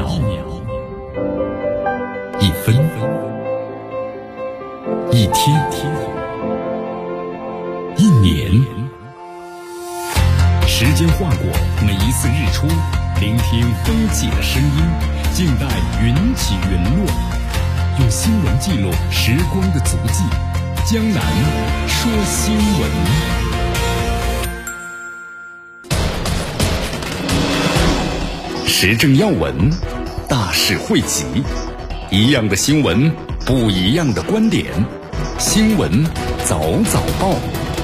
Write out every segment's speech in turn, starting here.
一分，一天，一年，时间划过每一次日出，聆听风起的声音，静待云起云落，用新闻记录时光的足迹。江南说新闻。时政要闻，大事汇集，一样的新闻，不一样的观点。新闻早早报，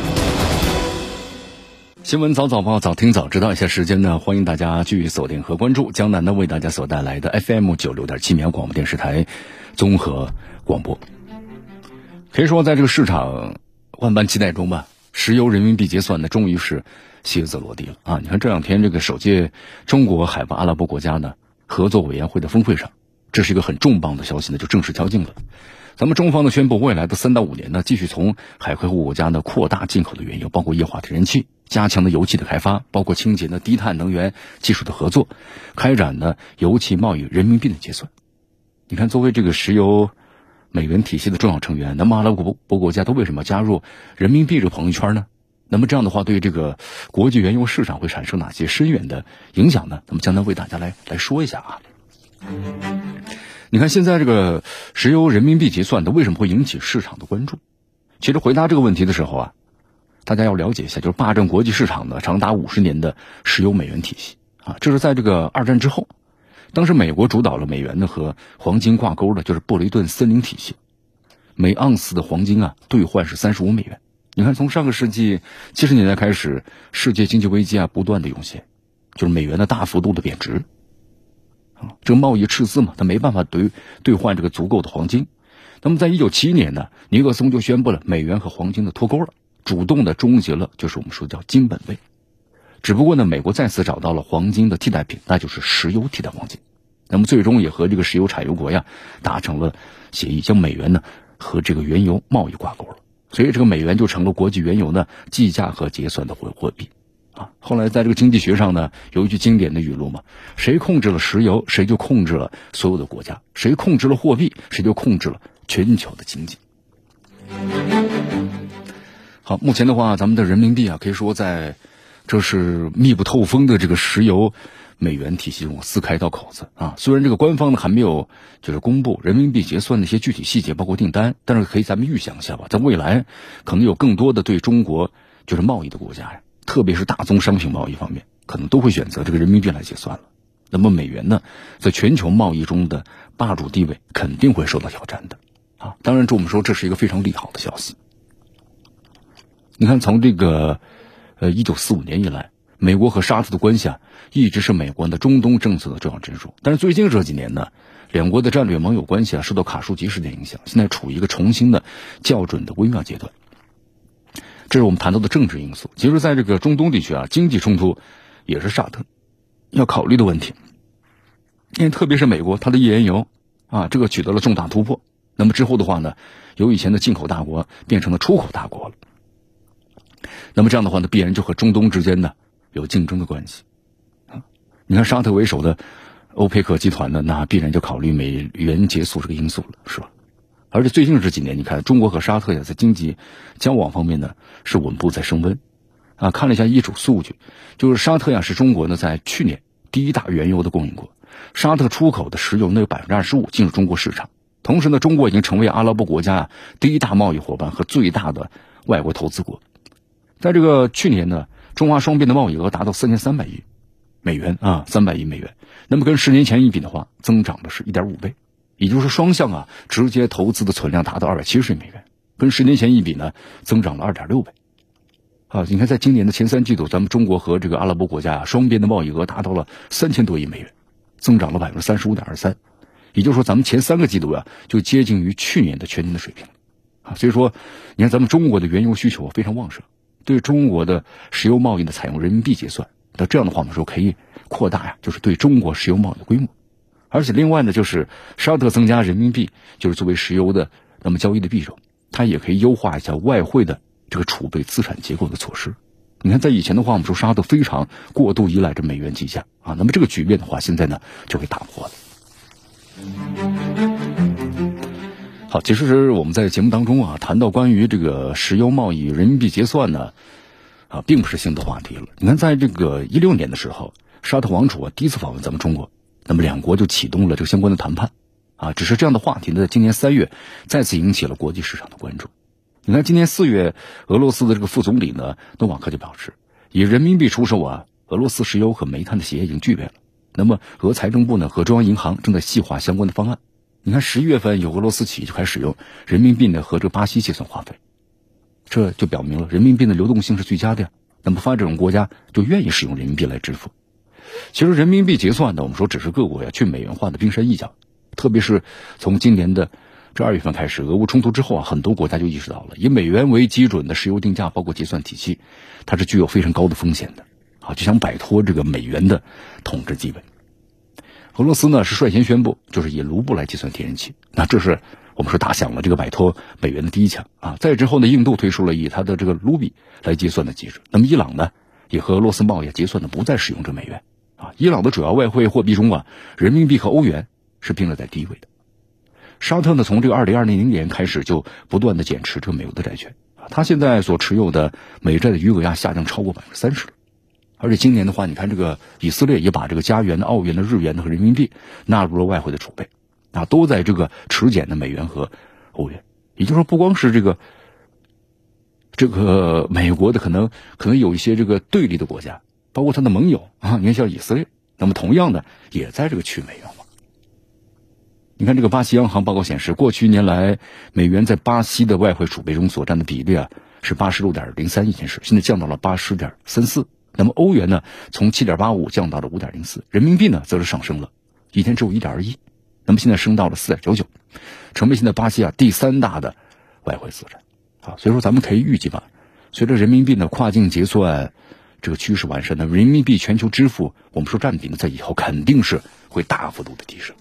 新闻早早报，早听早知道。一下时间呢，欢迎大家继续锁定和关注江南呢为大家所带来的 FM 96.7绵阳广播电视台综合广播。可以说，在这个市场万般期待中吧，石油人民币结算呢，终于是靴子落地了啊！你看这两天这个首届中国海湾阿拉伯国家呢合作委员会的峰会上，这是一个很重磅的消息呢，就正式敲定了。咱们中方呢宣布，未来的3到5年呢，继续从海合户国家呢扩大进口的原油，包括液化天然气，加强的油气的开发，包括清洁的低碳能源技术的合作，开展呢油气贸易人民币的结算。你看，作为这个石油美元体系的重要成员，那么阿拉伯国家都为什么加入人民币这个朋友圈呢？那么这样的话，对这个国际原油市场会产生哪些深远的影响呢？那么江南为大家来说一下啊。你看现在这个石油人民币结算的为什么会引起市场的关注？其实回答这个问题的时候啊，大家要了解一下，就是霸占国际市场的长达50年的石油美元体系啊，这是在这个二战之后，当时美国主导了美元的和黄金挂钩的，就是布雷顿森林体系，每盎司的黄金啊兑换是35美元。你看，从上个世纪70年代开始，世界经济危机啊不断的涌现，就是美元的大幅度的贬值啊，这个贸易赤字嘛，它没办法兑换这个足够的黄金。那么在1971年呢，尼克松就宣布了美元和黄金的脱钩了，主动的终结了就是我们说叫金本位。只不过呢，美国再次找到了黄金的替代品，那就是石油替代黄金。那么最终也和这个石油产油国呀达成了协议，将美元呢和这个原油贸易挂钩了。所以这个美元就成了国际原油呢计价和结算的货币啊。后来在这个经济学上呢，有一句经典的语录嘛，谁控制了石油，谁就控制了所有的国家；谁控制了货币，谁就控制了全球的经济。好，目前的话，咱们的人民币啊，可以说在这是密不透风的这个石油美元体系中撕开一道口子啊。虽然这个官方呢还没有就是公布人民币结算的一些具体细节，包括订单，但是可以咱们预想一下吧，在未来可能有更多的对中国就是贸易的国家呀，特别是大宗商品贸易方面，可能都会选择这个人民币来结算了。那么美元呢，在全球贸易中的霸主地位肯定会受到挑战的啊。当然，我们说这是一个非常利好的消息。你看，从这个1945年以来，美国和沙特的关系啊，一直是美国的中东政策的重要支柱。但是最近这几年呢，两国的战略盟友关系啊，受到卡舒吉事件影响，现在处于一个重新的校准的微妙阶段。这是我们谈到的政治因素。其实在这个中东地区啊，经济冲突也是沙特要考虑的问题。因为特别是美国，它的页岩油啊，这个取得了重大突破。那么之后的话呢，由以前的进口大国变成了出口大国了。那么这样的话呢，必然就和中东之间呢有竞争的关系啊。你看沙特为首的欧佩克集团呢，那必然就考虑美元结束这个因素了，是吧？而且最近这几年，你看中国和沙特呀在经济交往方面呢是稳步在升温啊。看了一下一组数据，就是沙特呀是中国呢在去年第一大原油的供应国，沙特出口的石油呢有25%进入中国市场。同时呢，中国已经成为阿拉伯国家第一大贸易伙伴和最大的外国投资国。在这个去年呢，中华双边的贸易额达到4300亿美元啊，300亿美元。那么跟10年前一比的话，增长的是 1.5 倍，也就是说双向啊直接投资的存量达到270亿美元，跟10年前一比呢，增长了 2.6 倍。啊，你看在今年的前3季度，咱们中国和这个阿拉伯国家双边的贸易额达到了3000多亿美元，增长了 35.23%。也就是说咱们前3个季度啊就接近于去年的全年的水平啊。所以说你看咱们中国的原油需求非常旺盛，对中国的石油贸易的采用人民币结算，那这样的话我们说可以扩大呀，就是对中国石油贸易的规模。而且另外呢，就是沙特增加人民币就是作为石油的那么交易的币种，它也可以优化一下外汇的这个储备资产结构的措施。你看在以前的话，我们说沙特非常过度依赖着美元计价啊，那么这个局面的话现在呢就被打破了。 好，其实我们在节目当中谈到关于这个石油贸易人民币结算呢，并不是新的话题了。你看，在这个16年的时候，沙特王储第一次访问咱们中国，那么两国就启动了这个相关的谈判只是这样的话题呢，今年3月再次引起了国际市场的关注。你看，今年4月，俄罗斯的这个副总理呢，诺瓦克就表示，以人民币出售俄罗斯石油和煤炭的协议已经具备了。那么，俄财政部呢和中央银行正在细化相关的方案。你看11月份有俄罗斯企业就开始使用人民币呢和这个巴西结算花费，这就表明了人民币的流动性是最佳的呀。那么发展中国家就愿意使用人民币来支付。其实人民币结算呢，我们说只是各国去美元化的冰山一角，特别是从今年的这2月份开始，俄乌冲突之后很多国家就意识到了，以美元为基准的石油定价包括结算体系，它是具有非常高的风险的就想摆脱这个美元的统治地位。俄罗斯呢是率先宣布，就是以卢布来计算天然气，那这是我们说打响了这个摆脱美元的第一枪再之后呢，印度推出了以它的这个卢比来计算的机制。那么伊朗呢也和俄罗斯贸易结算的不再使用这美元伊朗的主要外汇货币中人民币和欧元是并列在第一位的。沙特呢从这个2020年开始就不断的减持这个美国的债券他现在所持有的美债的余额下降超过30%了。而且今年的话，你看这个以色列也把这个加元的、澳元的、日元的和人民币纳入了外汇的储备都在这个持减的美元和欧元。也就是说，不光是这个美国的可能有一些这个对立的国家，包括他的盟友你看像以色列，那么同样的也在这个去美元化。你看这个巴西央行报告显示，过去1年来美元在巴西的外汇储备中所占的比例是 86.03 亿件时，现在降到了 80.34。那么欧元呢从 7.85 降到了 5.04， 人民币呢则是上升了，一天只有 1.21， 那么现在升到了 4.99， 成为现在巴西第3大的外汇资产所以说咱们可以预计随着人民币呢跨境结算这个趋势完善呢，人民币全球支付我们说占比呢在以后肯定是会大幅度的提升。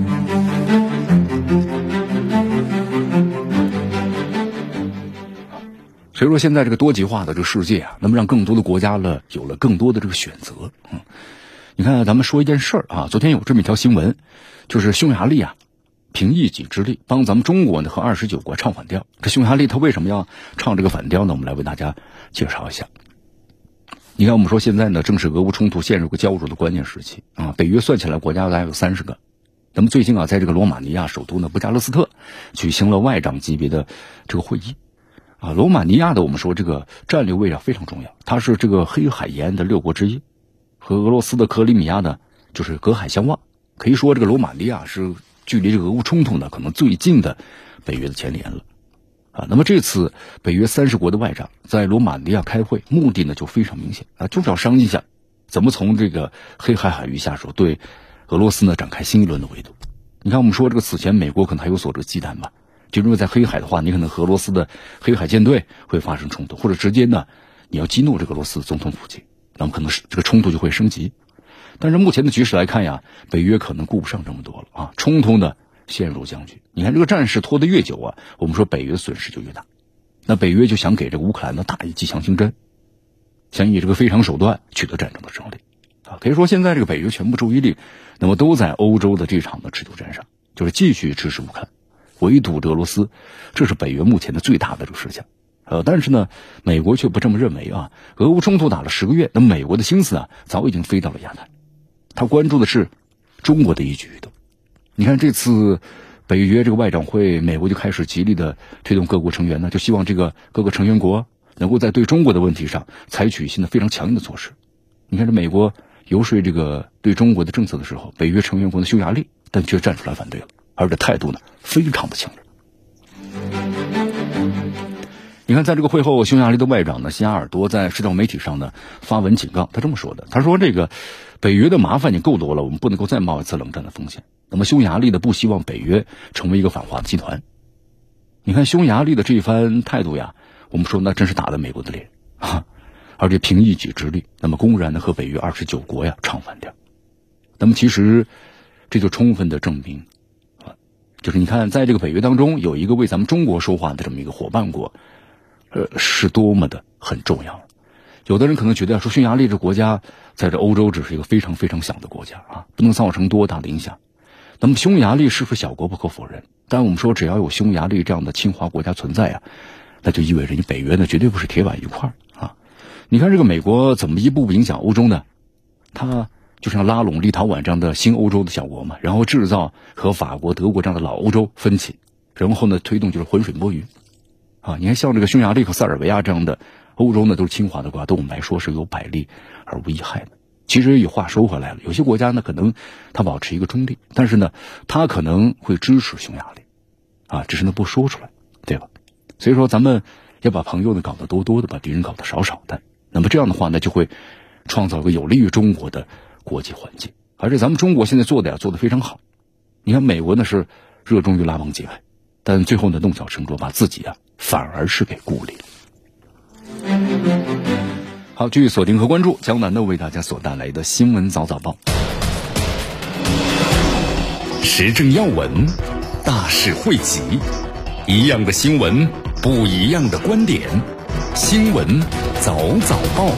所以说现在这个多极化的这个世界那么让更多的国家呢有了更多的这个选择。你看咱们说一件事昨天有这么一条新闻，就是匈牙利凭一己之力帮咱们中国呢和29国唱反调。这匈牙利他为什么要唱这个反调呢？我们来为大家介绍一下。你看我们说现在呢正是俄乌冲突陷入个焦灼的关键时期北约算起来国家大概有30个。那么最近在这个罗马尼亚首都呢布加勒斯特举行了外长级别的这个会议罗马尼亚的我们说这个战略位置非常重要，它是这个黑海沿岸的6国之一，和俄罗斯的克里米亚呢就是隔海相望。可以说这个罗马尼亚是距离这个俄乌冲突呢可能最近的北约的前联了那么这次北约30国的外长在罗马尼亚开会，目的呢就非常明显就是要商议一下怎么从这个黑海海域下手对俄罗斯呢展开新一轮的围堵。你看我们说这个此前美国可能还有所这个忌惮吧，就认为在黑海的话，你可能和俄罗斯的黑海舰队会发生冲突，或者直接呢你要激怒这个俄罗斯总统普京，那么可能是这个冲突就会升级。但是目前的局势来看北约可能顾不上这么多了冲突呢陷入僵局。你看这个战事拖得越久我们说北约的损失就越大。那北约就想给这个乌克兰呢打一剂强心针，想以这个非常手段取得战争的胜利可以说现在这个北约全部注意力那么都在欧洲的这场的持久战上，就是继续支持乌克兰，围堵俄罗斯，这是北约目前的最大的这个事项。但是呢，美国却不这么认为俄乌冲突打了10个月，那么美国的心思早已经飞到了亚太，他关注的是中国的一举一动。你看这次北约这个外长会，美国就开始极力的推动各国成员呢，就希望这个各个成员国能够在对中国的问题上采取新的非常强硬的措施。你看这美国游说这个对中国的政策的时候，北约成员国的匈牙利但却站出来反对了，而且态度呢非常的强烈。你看在这个会后，匈牙利的外长呢西雅尔多在社交媒体上呢发文警告，他这么说的，他说这个北约的麻烦已经够多了，我们不能够再冒一次冷战的风险。那么匈牙利呢不希望北约成为一个反华的集团。你看匈牙利的这一番态度我们说那真是打了美国的脸而且凭一己之力，那么公然的和北约29国唱反调。那么其实这就充分的证明就是你看在这个北约当中有一个为咱们中国说话的这么一个伙伴国是多么的很重要。有的人可能觉得说匈牙利这国家在这欧洲只是一个非常非常小的国家不能造成多大的影响。 那么匈牙利是不是小国不可否认，但我们说只要有匈牙利这样的侵华国家存在啊，那就意味着你北约呢绝对不是铁板一块啊。你看这个美国怎么一步步影响欧洲呢？它就像拉拢立陶宛这样的新欧洲的小国嘛，然后制造和法国、德国这样的老欧洲分歧，然后呢推动就是浑水摸鱼啊。你看像这个匈牙利和塞尔维亚这样的欧洲呢都是侵华的国家，对我们来说是有百利而无一害的。其实有话说回来了，有些国家呢可能它保持一个中立，但是呢它可能会支持匈牙利啊，只是呢不说出来，对吧？所以说咱们要把朋友呢搞得多多的，把敌人搞得少少的，那么这样的话呢就会创造一个有利于中国的国际环境。而且咱们中国现在做的非常好，你看美国呢是热衷于拉帮结派，但最后呢弄巧成拙，把自己反而是给孤立了。好，继续锁定和关注江南的为大家所带来的新闻早早报， 时政要闻，大事汇集，一样的新闻，不一样的观点，新闻早早报。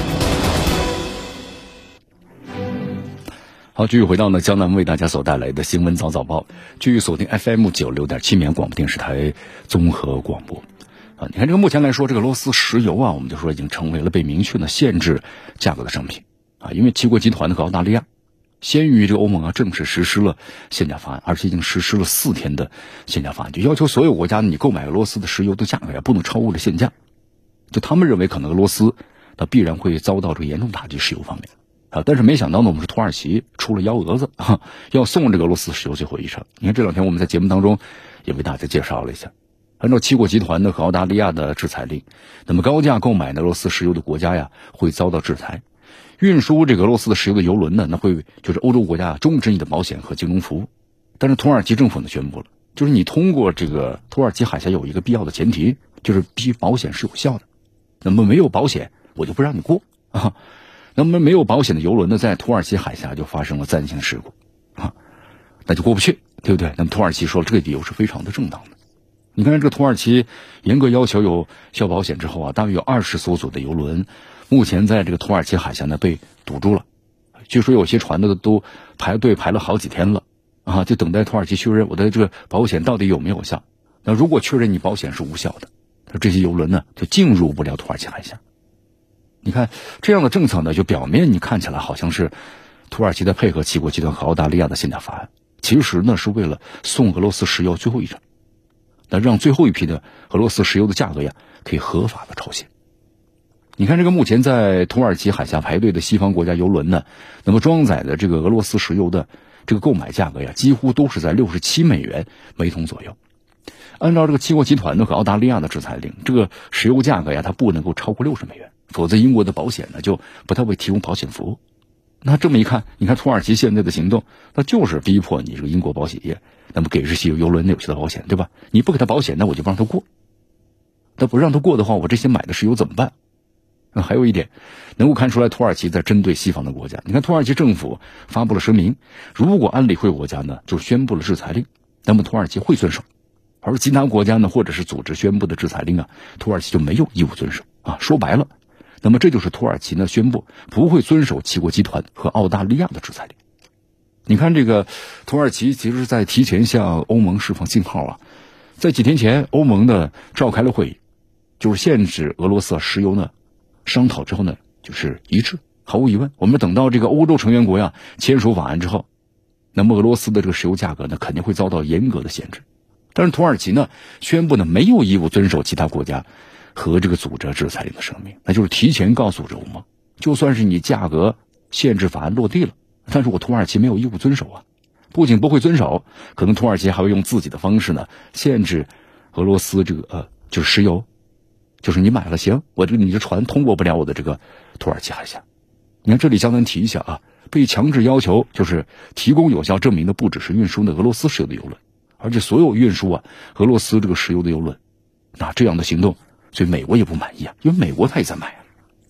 好，继续回到呢江南为大家所带来的新闻早早报，继续锁定 FM96.7绵阳广播电视台综合广播。你看这个目前来说，这个俄罗斯石油我们就说已经成为了被明确的限制价格的商品因为七国集团和澳大利亚先于这个欧盟正式实施了限价法案，而且已经实施了4天的限价法案，就要求所有国家你购买俄罗斯的石油的价格不能超过了限价。就他们认为可能俄罗斯必然会遭到这个严重打击石油方面但是没想到呢，我们是土耳其出了幺蛾子要送这个俄罗斯石油最后一程。你看这2天我们在节目当中也为大家介绍了一下，按照七国集团的和澳大利亚的制裁令，那么高价购买俄罗斯石油的国家会遭到制裁。运输这个俄罗斯的石油的油轮呢，那会就是欧洲国家终止你的保险和金融服务。但是土耳其政府呢宣布了，就是你通过这个土耳其海峡有一个必要的前提，就是必须保险是有效的。那么没有保险，我就不让你过那么没有保险的油轮呢，在土耳其海峡就发生了暂行事故那就过不去，对不对？那么土耳其说这个理由是非常的正当的。你看这个土耳其严格要求有效保险之后大约有20艘左右的油轮目前在这个土耳其海峡呢被堵住了。据说有些船呢都排队排了好几天了就等待土耳其确认我的这个保险到底有没有效。那如果确认你保险是无效的，那这些油轮呢就进入不了土耳其海峡。你看这样的政策呢，就表面你看起来好像是土耳其在配合七国集团和澳大利亚的限价法案，其实呢是为了送俄罗斯石油最后一程，那让最后一批的俄罗斯石油的价格可以合法的超限。你看这个目前在土耳其海峡排队的西方国家油轮呢，那么装载的这个俄罗斯石油的这个购买价格几乎都是在67美元每桶左右。按照这个七国集团的和澳大利亚的制裁令，这个石油价格它不能够超过60美元，否则英国的保险呢就不太会提供保险服务。那这么一看，你看土耳其现在的行动，那就是逼迫你这个英国保险业，那么给这些油轮有效的保险，对吧？你不给他保险，那我就不让他过。那不让他过的话，我这些买的石油怎么办？还有一点能够看出来，土耳其在针对西方的国家。你看土耳其政府发布了声明，如果安理会国家呢就宣布了制裁令，那么土耳其会遵守，而其他国家呢或者是组织宣布的制裁令土耳其就没有义务遵守说白了，那么这就是土耳其呢宣布不会遵守七国集团和澳大利亚的制裁令。你看这个土耳其其实是在提前向欧盟释放信号在几天前欧盟呢召开了会议，就是限制俄罗斯石油呢商讨之后呢就是一致。毫无疑问，我们等到这个欧洲成员国签署法案之后，那么俄罗斯的这个石油价格呢肯定会遭到严格的限制。但是土耳其呢宣布呢没有义务遵守其他国家和这个组织制裁令的声明，那就是提前告诉欧盟，就算是你价格限制法案落地了，但是我土耳其没有义务遵守不仅不会遵守，可能土耳其还会用自己的方式呢限制俄罗斯这个就是石油，就是你买了行，你的船通过不了我的这个土耳其海峡。你看这里江南提一下被强制要求就是提供有效证明的不只是运输的俄罗斯石油的油轮，而且所有运输俄罗斯这个石油的油轮。那这样的行动，所以美国也不满意因为美国他也在买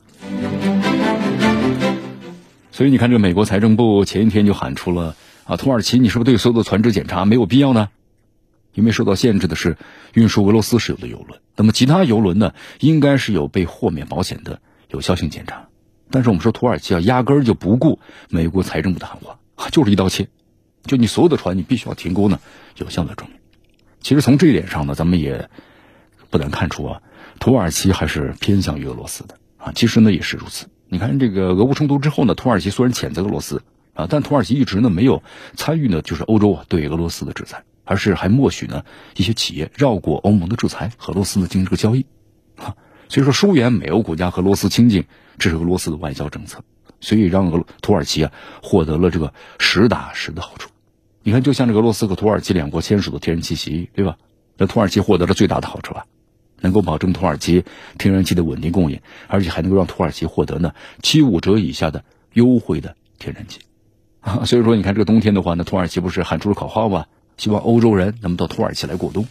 所以你看这个美国财政部前一天就喊出了土耳其你是不是对所有的船只检查没有必要呢？因为受到限制的是运输俄罗斯石油的油轮，那么其他油轮呢应该是有被豁免保险的有效性检查。但是我们说土耳其压根儿就不顾美国财政部的喊话，就是一刀切。 就你所有的船你必须要提供呢有效的证明。其实从这一点上呢，咱们也不难看出啊，土耳其还是偏向于俄罗斯的啊。其实呢也是如此。你看这个俄乌冲突之后呢，土耳其虽然谴责俄罗斯啊，但土耳其一直呢没有参与呢就是欧洲啊对俄罗斯的制裁，而是还默许呢一些企业绕过欧盟的制裁和俄罗斯呢进行这个交易啊。所以说疏远美欧国家和俄罗斯亲近，这是俄罗斯的外交政策，所以让土耳其啊获得了这个实打实的好处。你看，就像这个俄罗斯和土耳其两国签署的天然气协议，对吧？那土耳其获得了最大的好处啊，能够保证土耳其天然气的稳定供应，而且还能够让土耳其获得呢75折以下的优惠的天然气啊。所以说，你看这个冬天的话呢，土耳其不是喊出了口号吗？希望欧洲人能够到土耳其来过冬。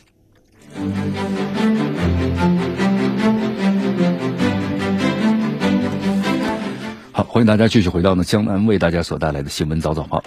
好，欢迎大家继续回到呢江南为大家所带来的新闻早早报。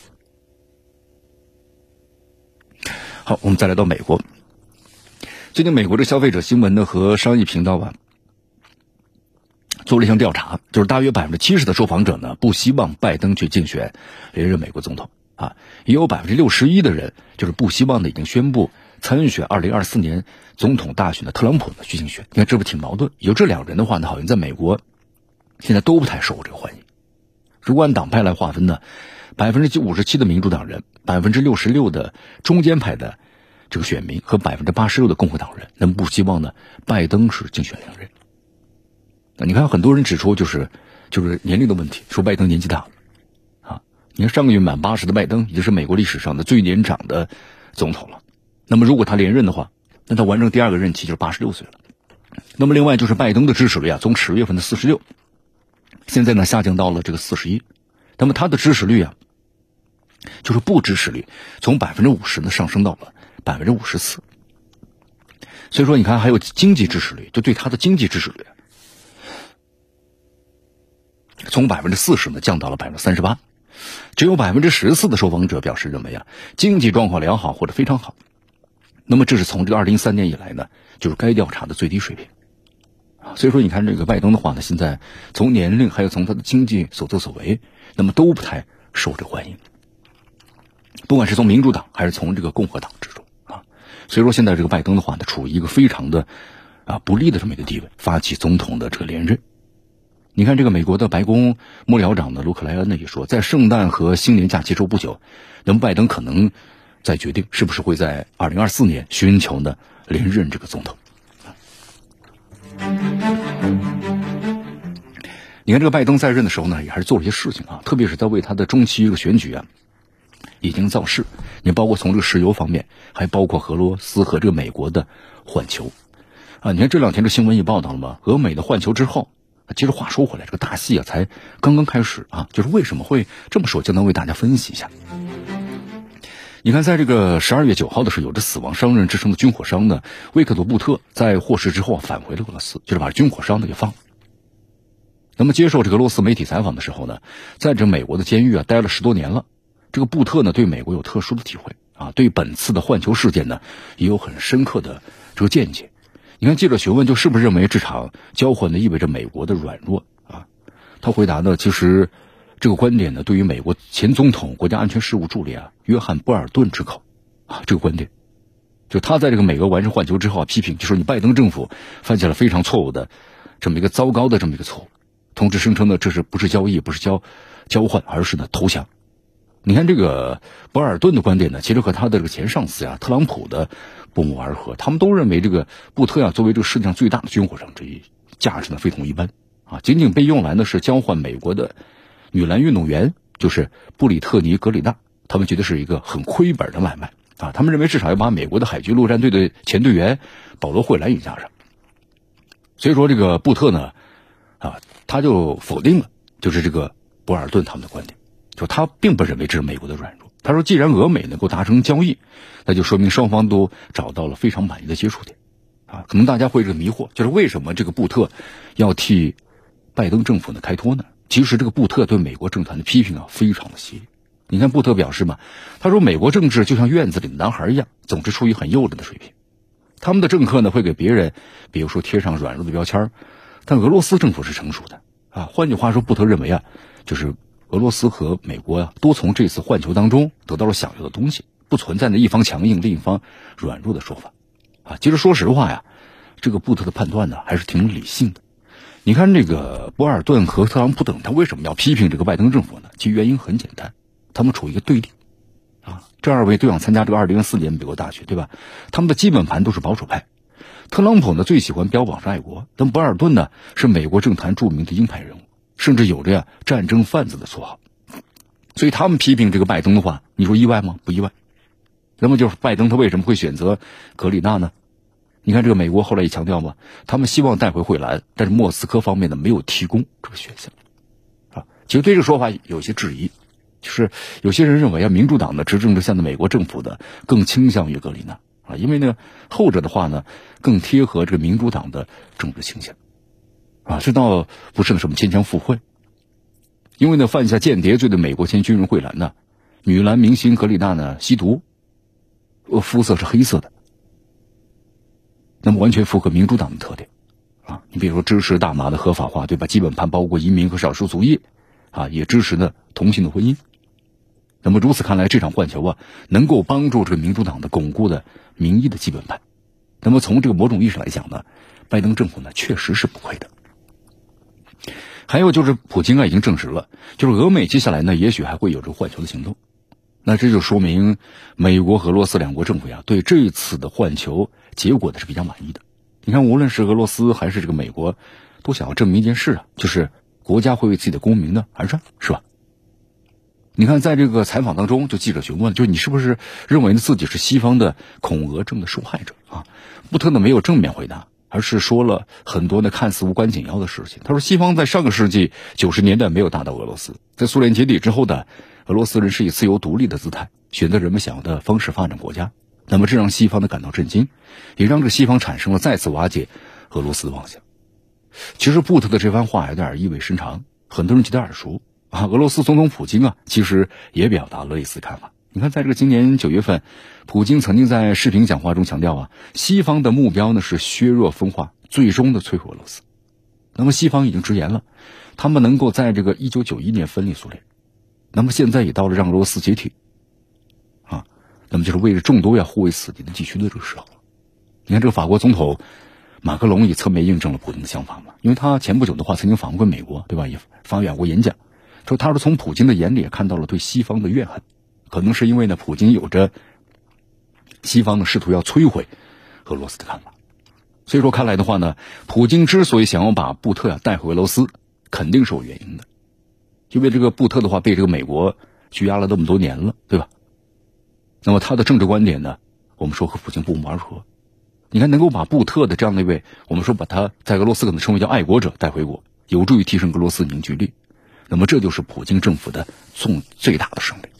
好，我们再来到美国。最近美国的消费者新闻呢和商业频道吧做了一项调查，就是大约70%的受访者呢不希望拜登去竞选连任美国总统啊，也有61%的人就是不希望呢已经宣布参选2024年总统大选的特朗普呢去竞选。你看这不挺矛盾？有这两人的话呢，好像在美国现在都不太受这个欢迎。如果按党派来划分呢，57%的民主党人，66%的中间派的这个选民和86%的共和党人，那么不希望呢拜登是竞选连任。那你看很多人指出就是年龄的问题，说拜登年纪大了啊。你看上个月满80的拜登已经是美国历史上的最年长的总统了。那么如果他连任的话，那他完成第二个任期就是86岁了。那么另外就是拜登的支持率啊，从10月份的46，现在呢下降到了这个41。那么他的支持率啊，就是不支持率从50%呢上升到了54%。所以说你看还有经济支持率，就对他的经济支持率从40%呢降到了38%。只有14%的受访者表示认为啊经济状况良好或者非常好。那么这是从这个2013年以来呢就是该调查的最低水平。所以说你看这个拜登的话呢，现在从年龄还有从他的经济所作所为，那么都不太受这欢迎，不管是从民主党还是从这个共和党之中啊。所以说现在这个拜登的话呢，处于一个非常的不利的这么一个地位，发起总统的这个连任。你看这个美国的白宫幕僚长的卢克莱恩呢也说，在圣诞和新年假期之后不久，那么拜登可能在决定是不是会在2024年寻求呢连任这个总统。你看这个拜登在任的时候呢，也还是做了一些事情啊，特别是在为他的中期这个选举啊已经造势。你包括从这个石油方面，还包括俄罗斯和这个美国的换球啊。你看这两天这新闻也报道了吗？俄美的换球之后，其实话说回来，这个大戏啊才刚刚开始啊。就是为什么会这么说，就能为大家分析一下。你看在这个12月9号的时候，有着死亡商人之称的军火商呢威克多布特在获释之后返回了俄罗斯，就是把军火商呢给放了。那么接受这个俄罗斯媒体采访的时候呢，在这美国的监狱啊待了10多年了。这个布特呢对美国有特殊的体会啊，对本次的换球事件呢也有很深刻的这个见解。你看记者询问就是不是认为这场交换呢意味着美国的软弱啊，他回答呢，其实这个观点呢对于美国前总统国家安全事务助理约翰波尔顿之口啊，这个观点就他在这个美俄完成换球之后批评，就说你拜登政府犯下了非常错误的这么一个糟糕的这么一个错误，同时声称呢这是不是交易，不是交换，而是呢投降。你看这个博尔顿的观点呢，其实和他的这个前上司特朗普的不谋而合。他们都认为这个布特作为这个世界上最大的军火商之一，价值呢非同一般啊，仅仅被用来呢是交换美国的女篮运动员，就是布里特尼·格里纳，他们觉得是一个很亏本的买卖啊。他们认为至少要把美国的海军陆战队的前队员保罗·惠兰也加上。所以说这个布特呢他就否定了就是这个博尔顿他们的观点，就他并不认为这是美国的软弱。他说既然俄美能够达成交易，那就说明双方都找到了非常满意的接触点啊。可能大家会这个迷惑，就是为什么这个布特要替拜登政府呢开脱呢？其实这个布特对美国政坛的批评非常的犀利。你看布特表示嘛，他说美国政治就像院子里的男孩一样，总是处于很幼稚的水平。他们的政客呢会给别人比如说贴上软弱的标签，但俄罗斯政府是成熟的啊。换句话说，布特认为就是俄罗斯和美国呀，都从这次换球当中得到了想要的东西，不存在呢一方强硬另一方软弱的说法啊。其实说实话呀，这个布特的判断呢还是挺理性的。你看这个博尔顿和特朗普等，他为什么要批评这个拜登政府呢？其原因很简单，他们处于一个对立啊。这二位都想参加这个2004年美国大选，对吧？他们的基本盘都是保守派。特朗普呢最喜欢标榜是爱国，但博尔顿呢是美国政坛著名的鹰派人物，甚至有着战争贩子的绰号。所以他们批评这个拜登的话，你说意外吗？不意外。那么就是拜登他为什么会选择格里纳呢？你看这个美国后来也强调嘛，他们希望带回惠兰，但是莫斯科方面呢没有提供这个选项啊。其实对这个说法有些质疑，就是有些人认为民主党的执政之下的美国政府的更倾向于格里纳啊，因为呢后者的话呢更贴合这个民主党的政治倾向啊。这倒不是什么牵强附会，因为呢犯下间谍罪的美国前军人惠兰呢，女篮明星格里纳呢吸毒，肤色是黑色的。那么完全符合民主党的特点啊！你比如说支持大麻的合法化，对吧？基本盘包括移民和少数族裔啊，也支持呢同性的婚姻。那么如此看来，这场换球能够帮助这个民主党的巩固的民意的基本盘。那么从这个某种意义上来讲呢，拜登政府呢确实是不亏的。还有就是普京已经证实了，就是俄美接下来呢也许还会有这个换球的行动。那这就说明美国和俄罗斯两国政府对这次的换球结果呢是比较满意的。你看无论是俄罗斯还是这个美国都想要证明一件事就是国家会为自己的公民呢而战，是吧？你看在这个采访当中，就记者询问，就是你是不是认为自己是西方的恐俄症的受害者啊？布特呢没有正面回答，而是说了很多呢看似无关紧要的事情。他说西方在上个世纪90年代没有打倒俄罗斯，在苏联解体之后的俄罗斯人是以自由独立的姿态选择人们想要的方式发展国家，那么这让西方呢感到震惊，也让这西方产生了再次瓦解俄罗斯的妄想。其实布特的这番话有点意味深长，很多人觉得耳熟啊。俄罗斯总统普京其实也表达了类似看法。你看在这个今年9月份，普京曾经在视频讲话中强调西方的目标呢是削弱分化，最终的摧毁俄罗斯。那么西方已经直言了，他们能够在这个1991年分裂苏联，那么现在也到了让俄罗斯解体啊，那么就是为了众多护卫死敌的地区的这个时候。你看这个法国总统马克龙也侧面印证了普京的想法嘛，因为他前不久的话曾经访问过美国，对吧？也发表过演讲，说他是从普京的眼里看到了对西方的怨恨，可能是因为呢普京有着西方呢试图要摧毁俄罗斯的看法。所以说看来的话呢，普京之所以想要把布特带回俄罗斯，肯定是有原因的。因为这个布特的话被这个美国拘押了那么多年了，对吧？那么他的政治观点呢，我们说和普京不谋而合。你看能够把布特的这样的一位，我们说把他在俄罗斯可能称为叫爱国者带回国，有助于提升俄罗斯凝聚力。那么这就是普京政府的最大的胜利。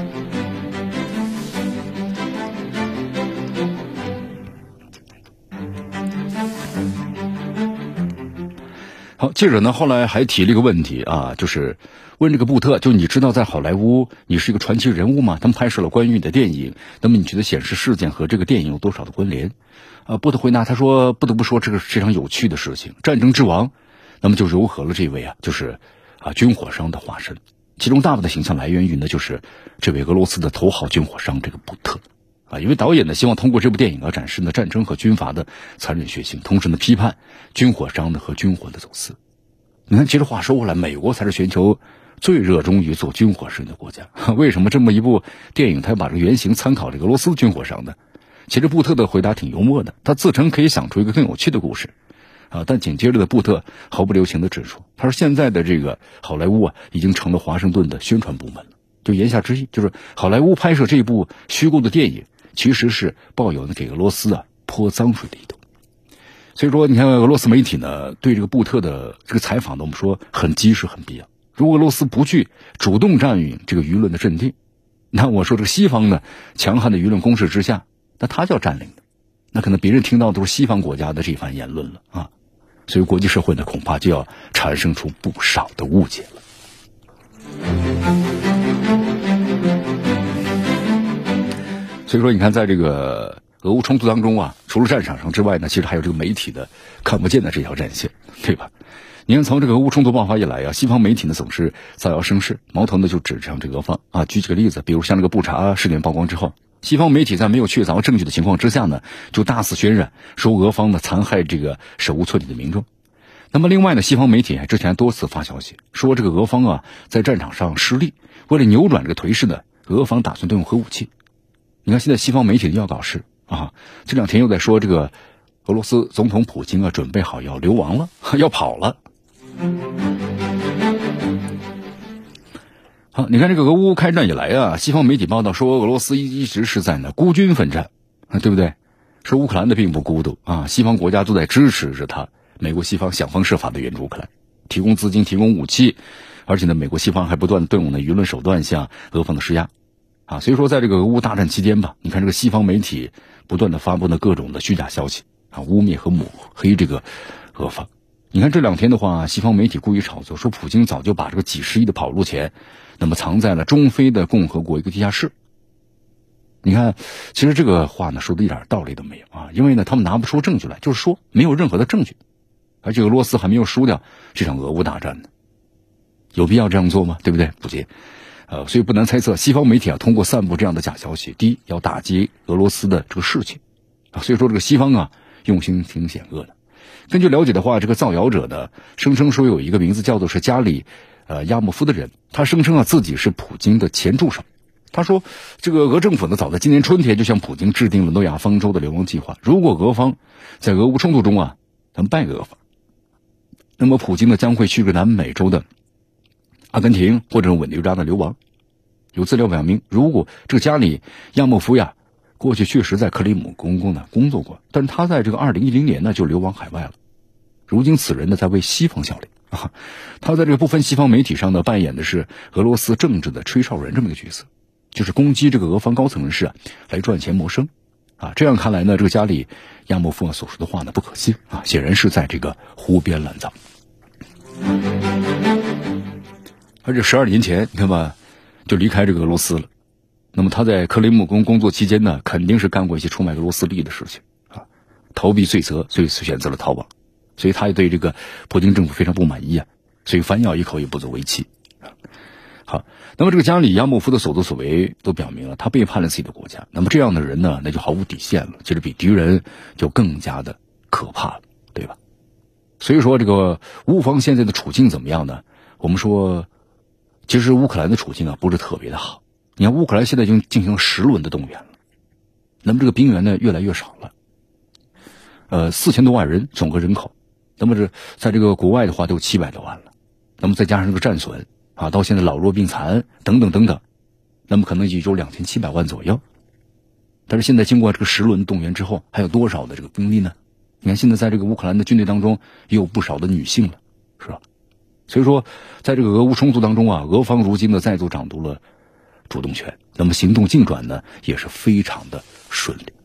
好，记者呢后来还提了一个问题就是问这个布特，就你知道在好莱坞你是一个传奇人物吗？他们拍摄了关于你的电影，那么你觉得显示事件和这个电影有多少的关联？布特回答他说，不得不说这个是非常有趣的事情，战争之王，那么就糅合了这位就是军火商的化身，其中大部分的形象来源于呢就是这位俄罗斯的头号军火商这个布特因为导演呢希望通过这部电影展示呢战争和军阀的残忍血腥，同时呢批判军火商的和军火的走私。你看其实话说回来，美国才是全球最热衷于做军火生意的国家，为什么这么一部电影他把这个原型参考这个俄罗斯军火商呢？其实布特的回答挺幽默的，他自称可以想出一个更有趣的故事但紧接着的布特毫不留情地指出，他说现在的这个好莱坞已经成了华盛顿的宣传部门了，就言下之意就是好莱坞拍摄这部虚构的电影其实是抱有给俄罗斯泼脏水的意图。所以说你看俄罗斯媒体呢对这个布特的这个采访呢，我们说很及时很必要。如果俄罗斯不去主动占领这个舆论的阵地，那我说这个西方呢强悍的舆论攻势之下，那他就要占领的，那可能别人听到都是西方国家的这番言论了所以国际社会呢恐怕就要产生出不少的误解了。所以说你看在这个俄乌冲突当中除了战场上之外呢，其实还有这个媒体的看不见的这条战线，对吧？ 你看，从这个俄乌冲突爆发以来啊，西方媒体呢总是造谣生事，矛头呢就指向这个俄方啊。举几个例子，比如像这个布查事件曝光之后，西方媒体在没有确凿证据的情况之下呢，就大肆渲染说俄方呢残害这个手无寸铁的民众。那么另外呢，西方媒体之前多次发消息说这个俄方啊在战场上失利，为了扭转这个颓势呢，俄方打算动用核武器。你看现在西方媒体的要稿是啊，这两天又在说这个俄罗斯总统普京啊准备好要流亡了，要跑了。好，你看这个俄乌开战以来啊，西方媒体报道说俄罗斯一直是在孤军奋战，对不对？说乌克兰的并不孤独啊，西方国家都在支持着他，美国西方想方设法的援助乌克兰，提供资金，提供武器，而且呢，美国西方还不断动用舆论手段向俄方的施压啊。所以说，在这个俄乌大战期间吧，你看这个西方媒体不断的发布的各种的虚假消息啊，污蔑和抹黑这个俄方。你看这两天的话，西方媒体故意炒作说普京早就把这个几十亿的跑路钱那么藏在了中非的共和国一个地下室。你看其实这个话呢说的一点道理都没有啊，因为呢他们拿不出证据来，就是说没有任何的证据，而且俄罗斯还没有输掉这场俄乌大战呢，有必要这样做吗？对不对？不接所以不难猜测西方媒体啊通过散布这样的假消息，第一要打击俄罗斯的这个士气啊，所以说这个西方啊用心挺险恶的。根据了解的话，这个造谣者呢声称说有一个名字叫做是加里亚莫夫的人，他声称啊自己是普京的前助手。他说这个俄政府呢早在今年春天就向普京制定了诺亚方舟的流亡计划，如果俄方在俄乌冲突中啊败给俄方，那么普京呢将会去个南美洲的阿根廷或者委内瑞拉的流亡。有资料表明，如果这个加里亚莫夫呀过去确实在克里姆公宫呢工作过，但是他在这个2010年呢就流亡海外了。如今此人呢在为西方效力啊，他在这个部分西方媒体上呢扮演的是俄罗斯政治的吹哨人这么一个角色，就是攻击这个俄方高层人士来赚钱谋生啊。这样看来呢，这个加里亚莫夫所说的话呢不可信啊，显然是在这个胡编乱造。而且12年前你看吧就离开这个俄罗斯了，那么他在克里姆宫工作期间呢肯定是干过一些出卖俄罗斯利益的事情啊，逃避罪责，所以选择了逃亡，所以他也对这个普京政府非常不满意啊，所以反咬一口也不足为奇啊。好，那么这个加里亚莫夫的所作所为都表明了他背叛了自己的国家，那么这样的人呢那就毫无底线了，其实比敌人就更加的可怕了，对吧？所以说这个乌方现在的处境怎么样呢？我们说其实乌克兰的处境不是特别的好。你看乌克兰现在已经进行了10轮的动员了，那么这个兵员呢越来越少了，4000多万人总个人口，那么这在这个国外的话都有700多万了，那么再加上这个战损啊，到现在老弱病残等等等等，那么可能也就2700万左右。但是现在经过这个10轮动员之后，还有多少的这个兵力呢？你看现在在这个乌克兰的军队当中也有不少的女性了，是吧？所以说在这个俄乌冲突当中俄方如今呢再度掌握了主动权，那么行动进展呢也是非常的顺利。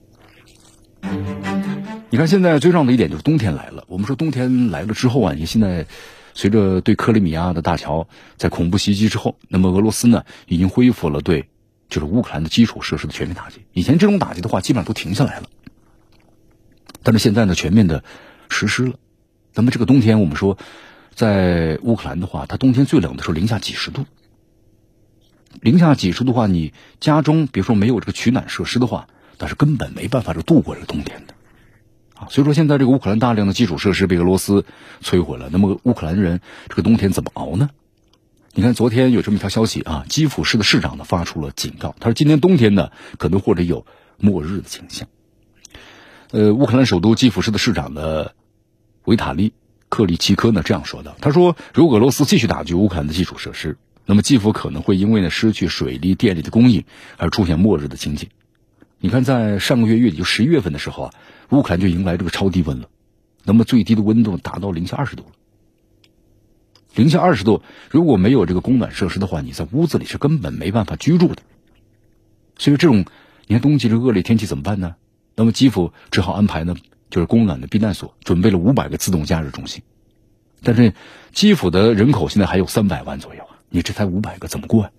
你看现在最重要的一点就是冬天来了，我们说冬天来了之后你现在随着对克里米亚的大桥在恐怖袭击之后，那么俄罗斯呢已经恢复了对就是乌克兰的基础设施的全面打击。以前这种打击的话基本上都停下来了，但是现在呢全面的实施了。那么这个冬天我们说在乌克兰的话，它冬天最冷的时候零下几十度，零下几十度的话，你家中比如说没有这个取暖设施的话，但是根本没办法就度过这个冬天的啊。所以说现在这个乌克兰大量的基础设施被俄罗斯摧毁了，那么乌克兰人这个冬天怎么熬呢？你看昨天有这么一条消息基辅市的市长呢发出了警告，他说今年冬天呢可能或者有末日的倾向。乌克兰首都基辅市的市长呢维塔利克里奇科呢这样说的，他说如果俄罗斯继续打击乌克兰的基础设施，那么基辅可能会因为失去水利电力的供应而出现末日的情景。你看在上个月月底就11月份的时候乌克兰就迎来这个超低温了，那么最低的温度达到零下20度了。零下20度，如果没有这个供暖设施的话，你在屋子里是根本没办法居住的。所以这种你看冬季这恶劣天气怎么办呢？那么基辅只好安排呢就是供暖的避难所，准备了500个自动加热中心。但是基辅的人口现在还有300万左右你这才500个怎么过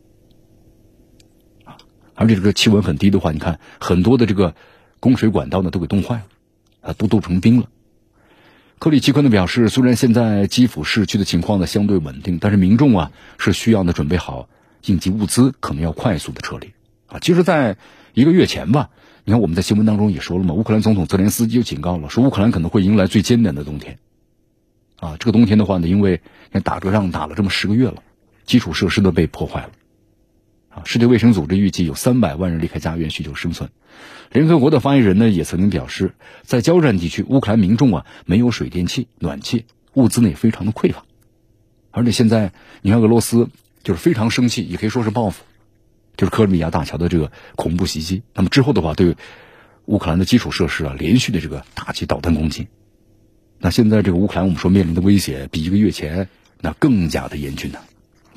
而且这个气温很低的话，你看很多的这个供水管道呢都给冻坏了都冻成冰了。 克里奇科呢表示，虽然现在基辅市区的情况呢相对稳定，但是民众啊是需要呢准备好应急物资，可能要快速的撤离啊。其实在1个月前吧，你看我们在新闻当中也说了嘛，乌克兰总统泽连斯基就警告了，说乌克兰可能会迎来最艰难的冬天啊。这个冬天的话呢，因为打这个仗打了这么10个月了，基础设施都被破坏了啊。世界卫生组织预计有300万人离开家园寻求生存。联合国的发言人呢也曾经表示，在交战地区，乌克兰民众啊没有水电气、暖气，物资呢也非常的匮乏。而且现在你看俄罗斯就是非常生气，也可以说是报复，就是克里米亚大桥的这个恐怖袭击。那么之后的话，对乌克兰的基础设施啊连续的这个打击导弹攻击。那现在这个乌克兰我们说面临的威胁比1个月前那更加的严峻呢。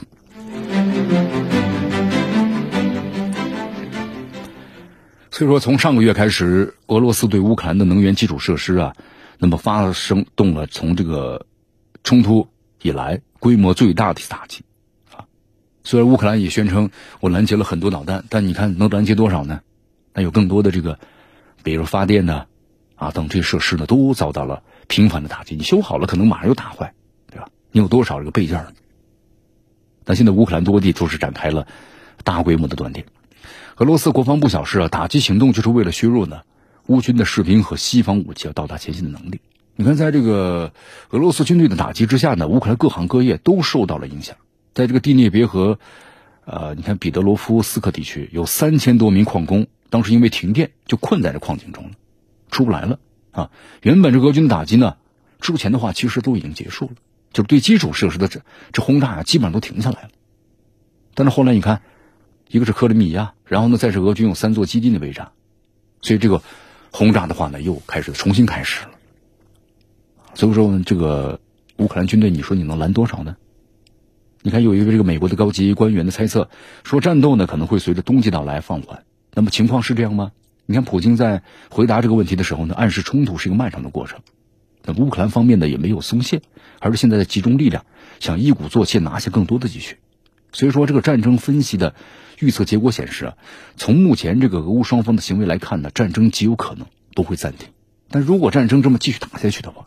所以说，从上个月开始，俄罗斯对乌克兰的能源基础设施啊，那么发生动了从这个冲突以来规模最大的打击啊。虽然乌克兰也宣称我拦截了很多导弹，但你看能拦截多少呢？那有更多的这个，比如发电呢啊等这些设施呢，都遭到了频繁的打击。你修好了，可能马上又打坏，对吧？你有多少这个备件呢？但现在乌克兰多地都是展开了大规模的断电。俄罗斯国防部表示啊，打击行动就是为了削弱呢乌军的士兵和西方武器要到达前线的能力。你看，在这个俄罗斯军队的打击之下呢，乌克兰各行各业都受到了影响。在这个第聂别河，你看彼得罗夫斯克地区有3000多名矿工，当时因为停电就困在这矿井中了，出不来了啊。原本这俄军的打击呢，之前的话其实都已经结束了，就是对基础设施的这轰炸啊，基本上都停下来了。但是后来你看，一个是克里米亚，然后呢再是俄军有3座基地的围炸，所以这个轰炸的话呢又重新开始了。所以说这个乌克兰军队，你说你能拦多少呢？你看有一个这个美国的高级官员的猜测，说战斗呢可能会随着冬季到来放缓。那么情况是这样吗？你看普京在回答这个问题的时候呢，暗示冲突是一个漫长的过程。那乌克兰方面呢也没有松懈，而是现在在集中力量，想一鼓作气拿下更多的地区。所以说这个战争分析的预测结果显示啊，从目前这个俄乌双方的行为来看呢，战争极有可能都会暂停。但如果战争这么继续打下去的话，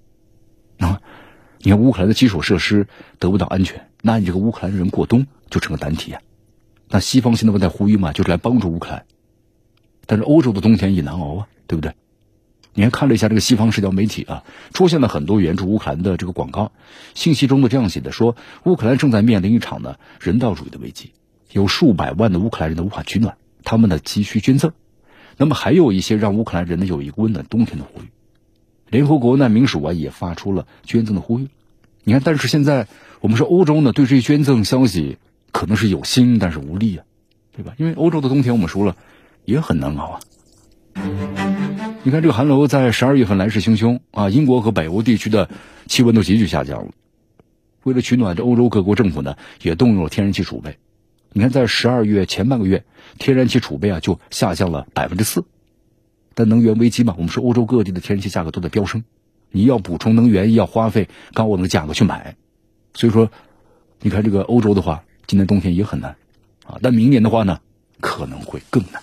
你看乌克兰的基础设施得不到安全，那你这个乌克兰人过冬就成个难题啊。那西方现在不在呼吁嘛，就是来帮助乌克兰，但是欧洲的冬天也难熬啊，对不对？你还看了一下这个西方社交媒体啊，出现了很多援助乌克兰的这个广告，信息中的这样写的，说乌克兰正在面临一场呢人道主义的危机，有数百万的乌克兰人呢无法取暖，他们呢急需捐赠。那么还有一些让乌克兰人呢有一个温暖冬天的呼吁。联合国难民署啊也发出了捐赠的呼吁。你看，但是现在我们说欧洲呢对这些捐赠消息可能是有心但是无力啊，对吧？因为欧洲的冬天我们说了也很难熬啊。你看这个寒流在12月份来势汹汹啊，英国和北欧地区的气温都急剧下降了。为了取暖，这欧洲各国政府呢也动用了天然气储备。你看在12月前半个月，天然气储备啊就下降了4%。但能源危机嘛，我们说欧洲各地的天然气价格都在飙升，你要补充能源要花费高昂的价格去买。所以说你看这个欧洲的话，今年冬天也很难啊，但明年的话呢可能会更难。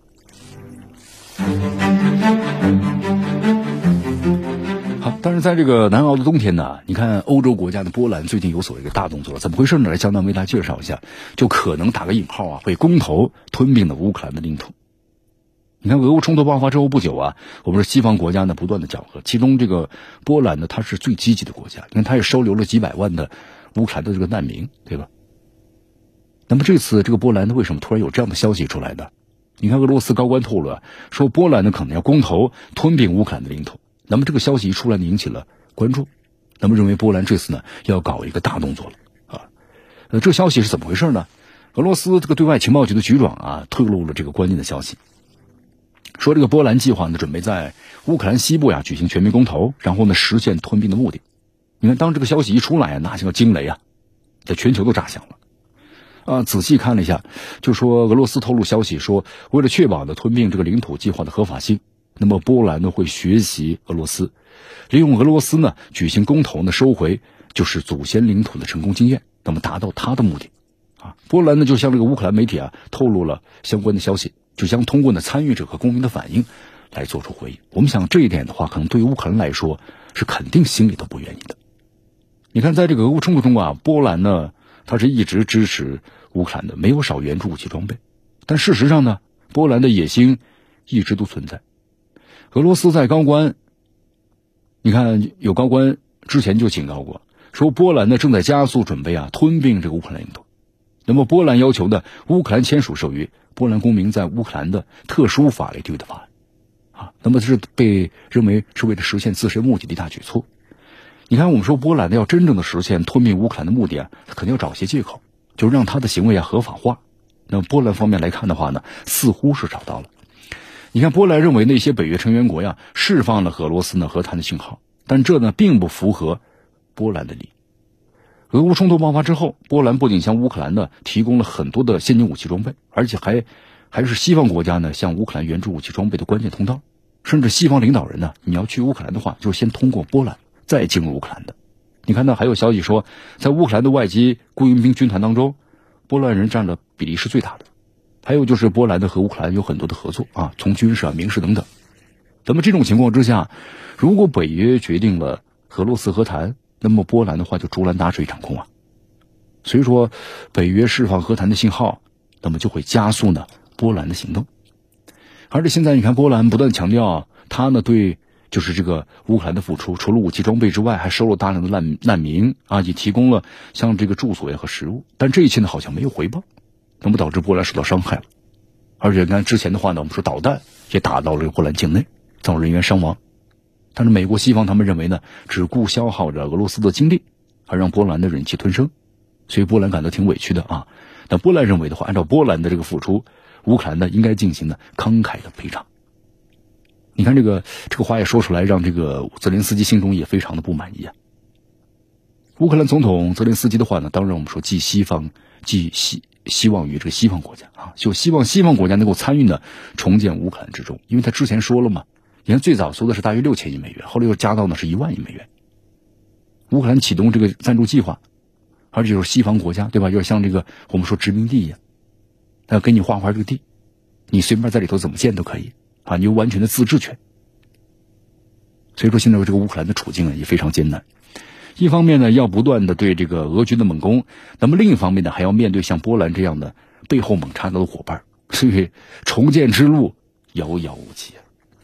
好，但是在这个难熬的冬天呢，你看欧洲国家的波兰最近有所一个大动作，怎么回事呢？来江南为大家介绍一下，就可能打个引号啊，会公投吞并了乌克兰的领土。你看俄乌冲突爆发之后不久啊，我们说西方国家呢不断的搅和，其中这个波兰呢它是最积极的国家，你看它也收留了几百万的乌克兰的这个难民，对吧？那么这次这个波兰呢为什么突然有这样的消息出来呢？你看俄罗斯高官透露啊，说波兰呢可能要公投吞并乌克兰的领土。那么这个消息一出来呢引起了关注，那么认为波兰这次呢要搞一个大动作了啊。这消息是怎么回事呢？俄罗斯这个对外情报局的局长啊透露了这个关键的消息，说这个波兰计划呢准备在乌克兰西部举行全民公投，然后呢实现吞并的目的。你看当这个消息一出来那像个惊雷啊，在全球都炸响了。仔细看了一下，就说俄罗斯透露消息说，为了确保呢吞并这个领土计划的合法性，那么波兰呢会学习俄罗斯，利用俄罗斯呢举行公投呢收回就是祖先领土的成功经验，那么达到他的目的啊。波兰呢就向这个乌克兰媒体透露了相关的消息，就将通过呢参与者和公民的反应来做出回应。我们想这一点的话，可能对于乌克兰来说是肯定心里都不愿意的。你看，在这个俄乌冲突中啊，波兰呢，他是一直支持乌克兰的，没有少援助武器装备。但事实上呢，波兰的野心一直都存在。俄罗斯在高官，你看有高官之前就警告过，说波兰呢正在加速准备吞并这个乌克兰领土。那么波兰要求的乌克兰签署授予波兰公民在乌克兰的特殊法律地位的法案那么这是被认为是为了实现自身目的的一大举措。你看，我们说波兰呢要真正的实现吞并乌克兰的目的他肯定要找一些借口，就让他的行为合法化。那么波兰方面来看的话呢，似乎是找到了。你看，波兰认为那些北约成员国释放了俄罗斯核谈的信号，但这呢并不符合波兰的利益。俄乌冲突爆发之后，波兰不仅向乌克兰提供了很多的先进武器装备，而且还是西方国家向乌克兰援助武器装备的关键通道。甚至西方领导人你要去乌克兰的话，就是先通过波兰再进入乌克兰的。你看还有消息说，在乌克兰的外籍雇佣兵军团当中，波兰人占了比例是最大的。还有就是波兰和乌克兰有很多的合作从军事民事等等。那么这种情况之下，如果北约决定了俄罗斯和谈，那么波兰的话就竹篮打水一场空所以说北约释放和谈的信号，那么就会加速波兰的行动。而且现在你看，波兰不断强调他对就是这个乌克兰的付出，除了武器装备之外，还收了大量的难民也提供了像这个住所和食物，但这一切好像没有回报，那么导致波兰受到伤害了。而且看之前的话我们说导弹也打到了波兰境内，造成人员伤亡。但是美国西方他们认为只顾消耗着俄罗斯的精力，而让波兰的忍气吞声，所以波兰感到挺委屈的那波兰认为的话，按照波兰的这个付出，乌克兰应该进行慷慨的赔偿。你看这个话也说出来，让这个泽连斯基心中也非常的不满意乌克兰总统泽连斯基的话当然我们说寄希望于这个西方国家就希望西方国家能够参与重建乌克兰之中，因为他之前说了嘛，你看最早说的是大约6000亿美元，后来又加到是1万亿美元。乌克兰启动这个赞助计划，而且就是西方国家对吧，有点像这个我们说殖民地一样，他要给你划这个地，你随便在里头怎么建都可以你有完全的自治权。所以说现在这个乌克兰的处境也非常艰难。一方面要不断的对这个俄军的猛攻，那么另一方面还要面对像波兰这样的背后猛插刀的伙伴，所以重建之路遥遥无期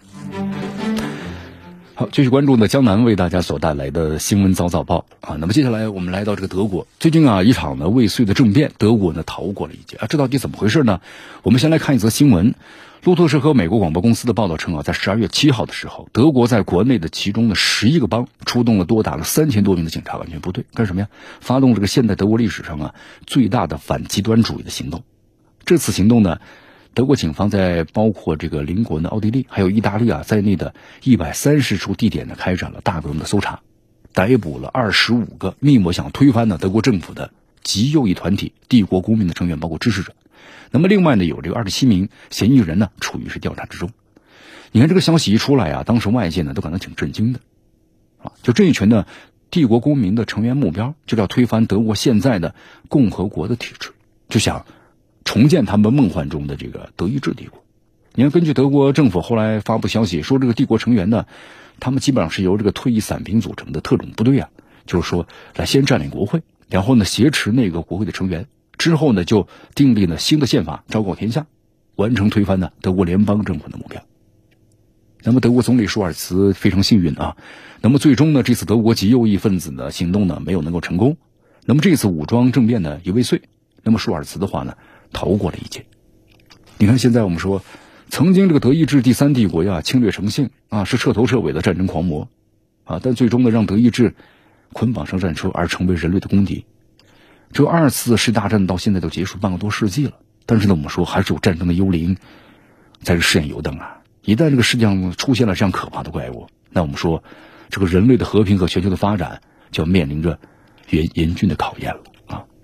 好，继续关注江南为大家所带来的新闻早早报那么接下来我们来到这个德国，最近一场未遂的政变，德国逃过了一劫这到底怎么回事呢？我们先来看一则新闻。路透社和美国广播公司的报道称在12月7号的时候，德国在国内的其中的11个邦出动了多达3000多名的警察安全部队，干什么呀？发动这个现代德国历史上最大的反极端主义的行动。这次行动德国警方在包括这个邻国的奥地利还有意大利在内的130处地点开展了大规模的搜查，逮捕了25个密谋想推翻德国政府的极右翼团体帝国公民的成员，包括支持者。那么另外有这个27名嫌疑人处于是调查之中。你看这个消息一出来当时外界都感到挺震惊的就这一群帝国公民的成员目标就是要推翻德国现在的共和国的体制，就想重建他们梦幻中的这个德意志帝国。你看根据德国政府后来发布消息说，这个帝国成员他们基本上是由这个退役伞兵组成的特种部队就是说来先占领国会，然后挟持那个国会的成员，之后就订立了新的宪法，昭告天下，完成推翻德国联邦政府的目标。那么德国总理舒尔茨非常幸运那么最终这次德国极右翼分子的行动没有能够成功，那么这次武装政变也未遂，那么舒尔茨的话逃过了一劫。你看现在我们说曾经这个德意志第三帝国侵略成性是彻头彻尾的战争狂魔但最终让德意志捆绑上战车而成为人类的公敌。这2次世界大战到现在都结束半个多世纪了，但是我们说还是有战争的幽灵在这世间游荡一旦这个世界上出现了这样可怕的怪物，那我们说这个人类的和平和全球的发展就要面临着严峻的考验了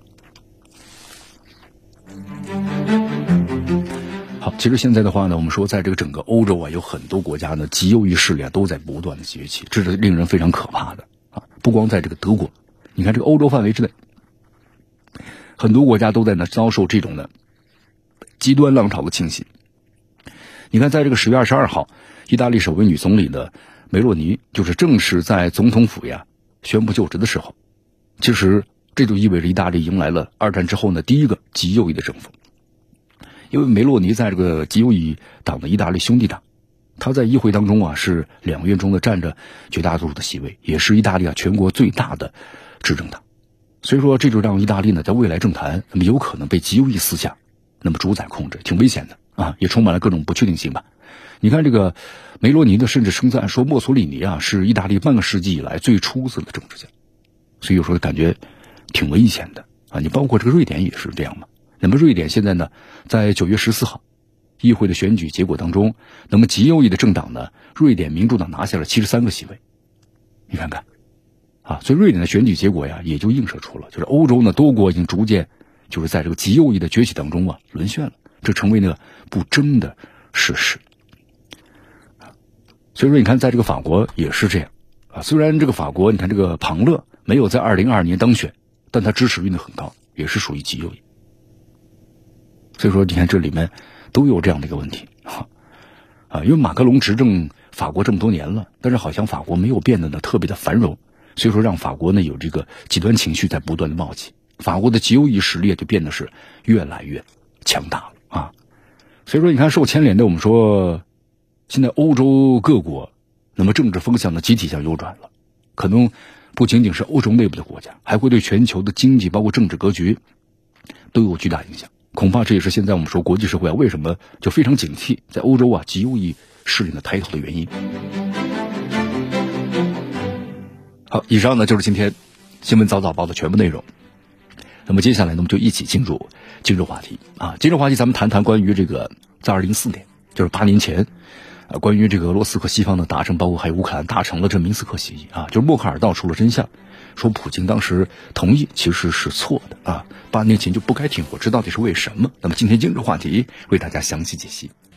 好，其实现在的话我们说在这个整个欧洲有很多国家极右翼势力都在不断的崛起，这是令人非常可怕的不光在这个德国，你看这个欧洲范围之内，很多国家都在遭受这种极端浪潮的侵袭。你看在这个10月22号，意大利首位女总理梅洛尼就是正式在总统府呀宣布就职的时候，其实这就意味着意大利迎来了二战之后呢第一个极右翼的政府。因为梅洛尼在这个极右翼党的意大利兄弟党，他在议会当中啊是两院中的占着绝大多数的席位，也是意大利全国最大的执政党。所以说这就让意大利呢在未来政坛那么有可能被极右翼思想那么主宰控制，挺危险的啊，也充满了各种不确定性吧。你看这个梅洛尼呢甚至称赞说墨索里尼啊是意大利半个世纪以来最出色的政治家，所以有时候感觉挺危险的啊。你包括这个瑞典也是这样嘛。那么瑞典现在呢在9月14号议会的选举结果当中，那么极右翼的政党呢瑞典民主党拿下了73个席位，你看看啊，所以瑞典的选举结果呀也就映射出了，就是欧洲呢多国已经逐渐就是在这个极右翼的崛起当中啊沦陷了，这成为那个不争的事实。所以说你看在这个法国也是这样啊，虽然这个法国你看这个庞勒没有在2022年当选，但他支持率呢很高，也是属于极右翼。所以说你看这里面都有这样的一个问题啊，因为马克龙执政法国这么多年了，但是好像法国没有变得呢特别的繁荣，所以说让法国呢有这个极端情绪在不断的冒起，法国的极右翼实力就变得是越来越强大了啊。所以说你看受牵连的，我们说现在欧洲各国那么政治风向呢集体向右转了，可能不仅仅是欧洲内部的国家，还会对全球的经济包括政治格局都有巨大影响。恐怕这也是现在我们说国际社会啊为什么就非常警惕在欧洲啊极右翼势力的抬头的原因。好，以上呢就是今天新闻早早报的全部内容。那么接下来呢我们就一起进入今日话题啊。今日话题咱们谈谈关于这个在2004年就是8年前关于这个俄罗斯和西方的达成，包括还有乌克兰达成了这明斯克协议啊，就是默克尔道出了真相，说普京当时同意其实是错的啊，8年前就不该停火，这到底是为什么？那么今天今日话题为大家详细解析。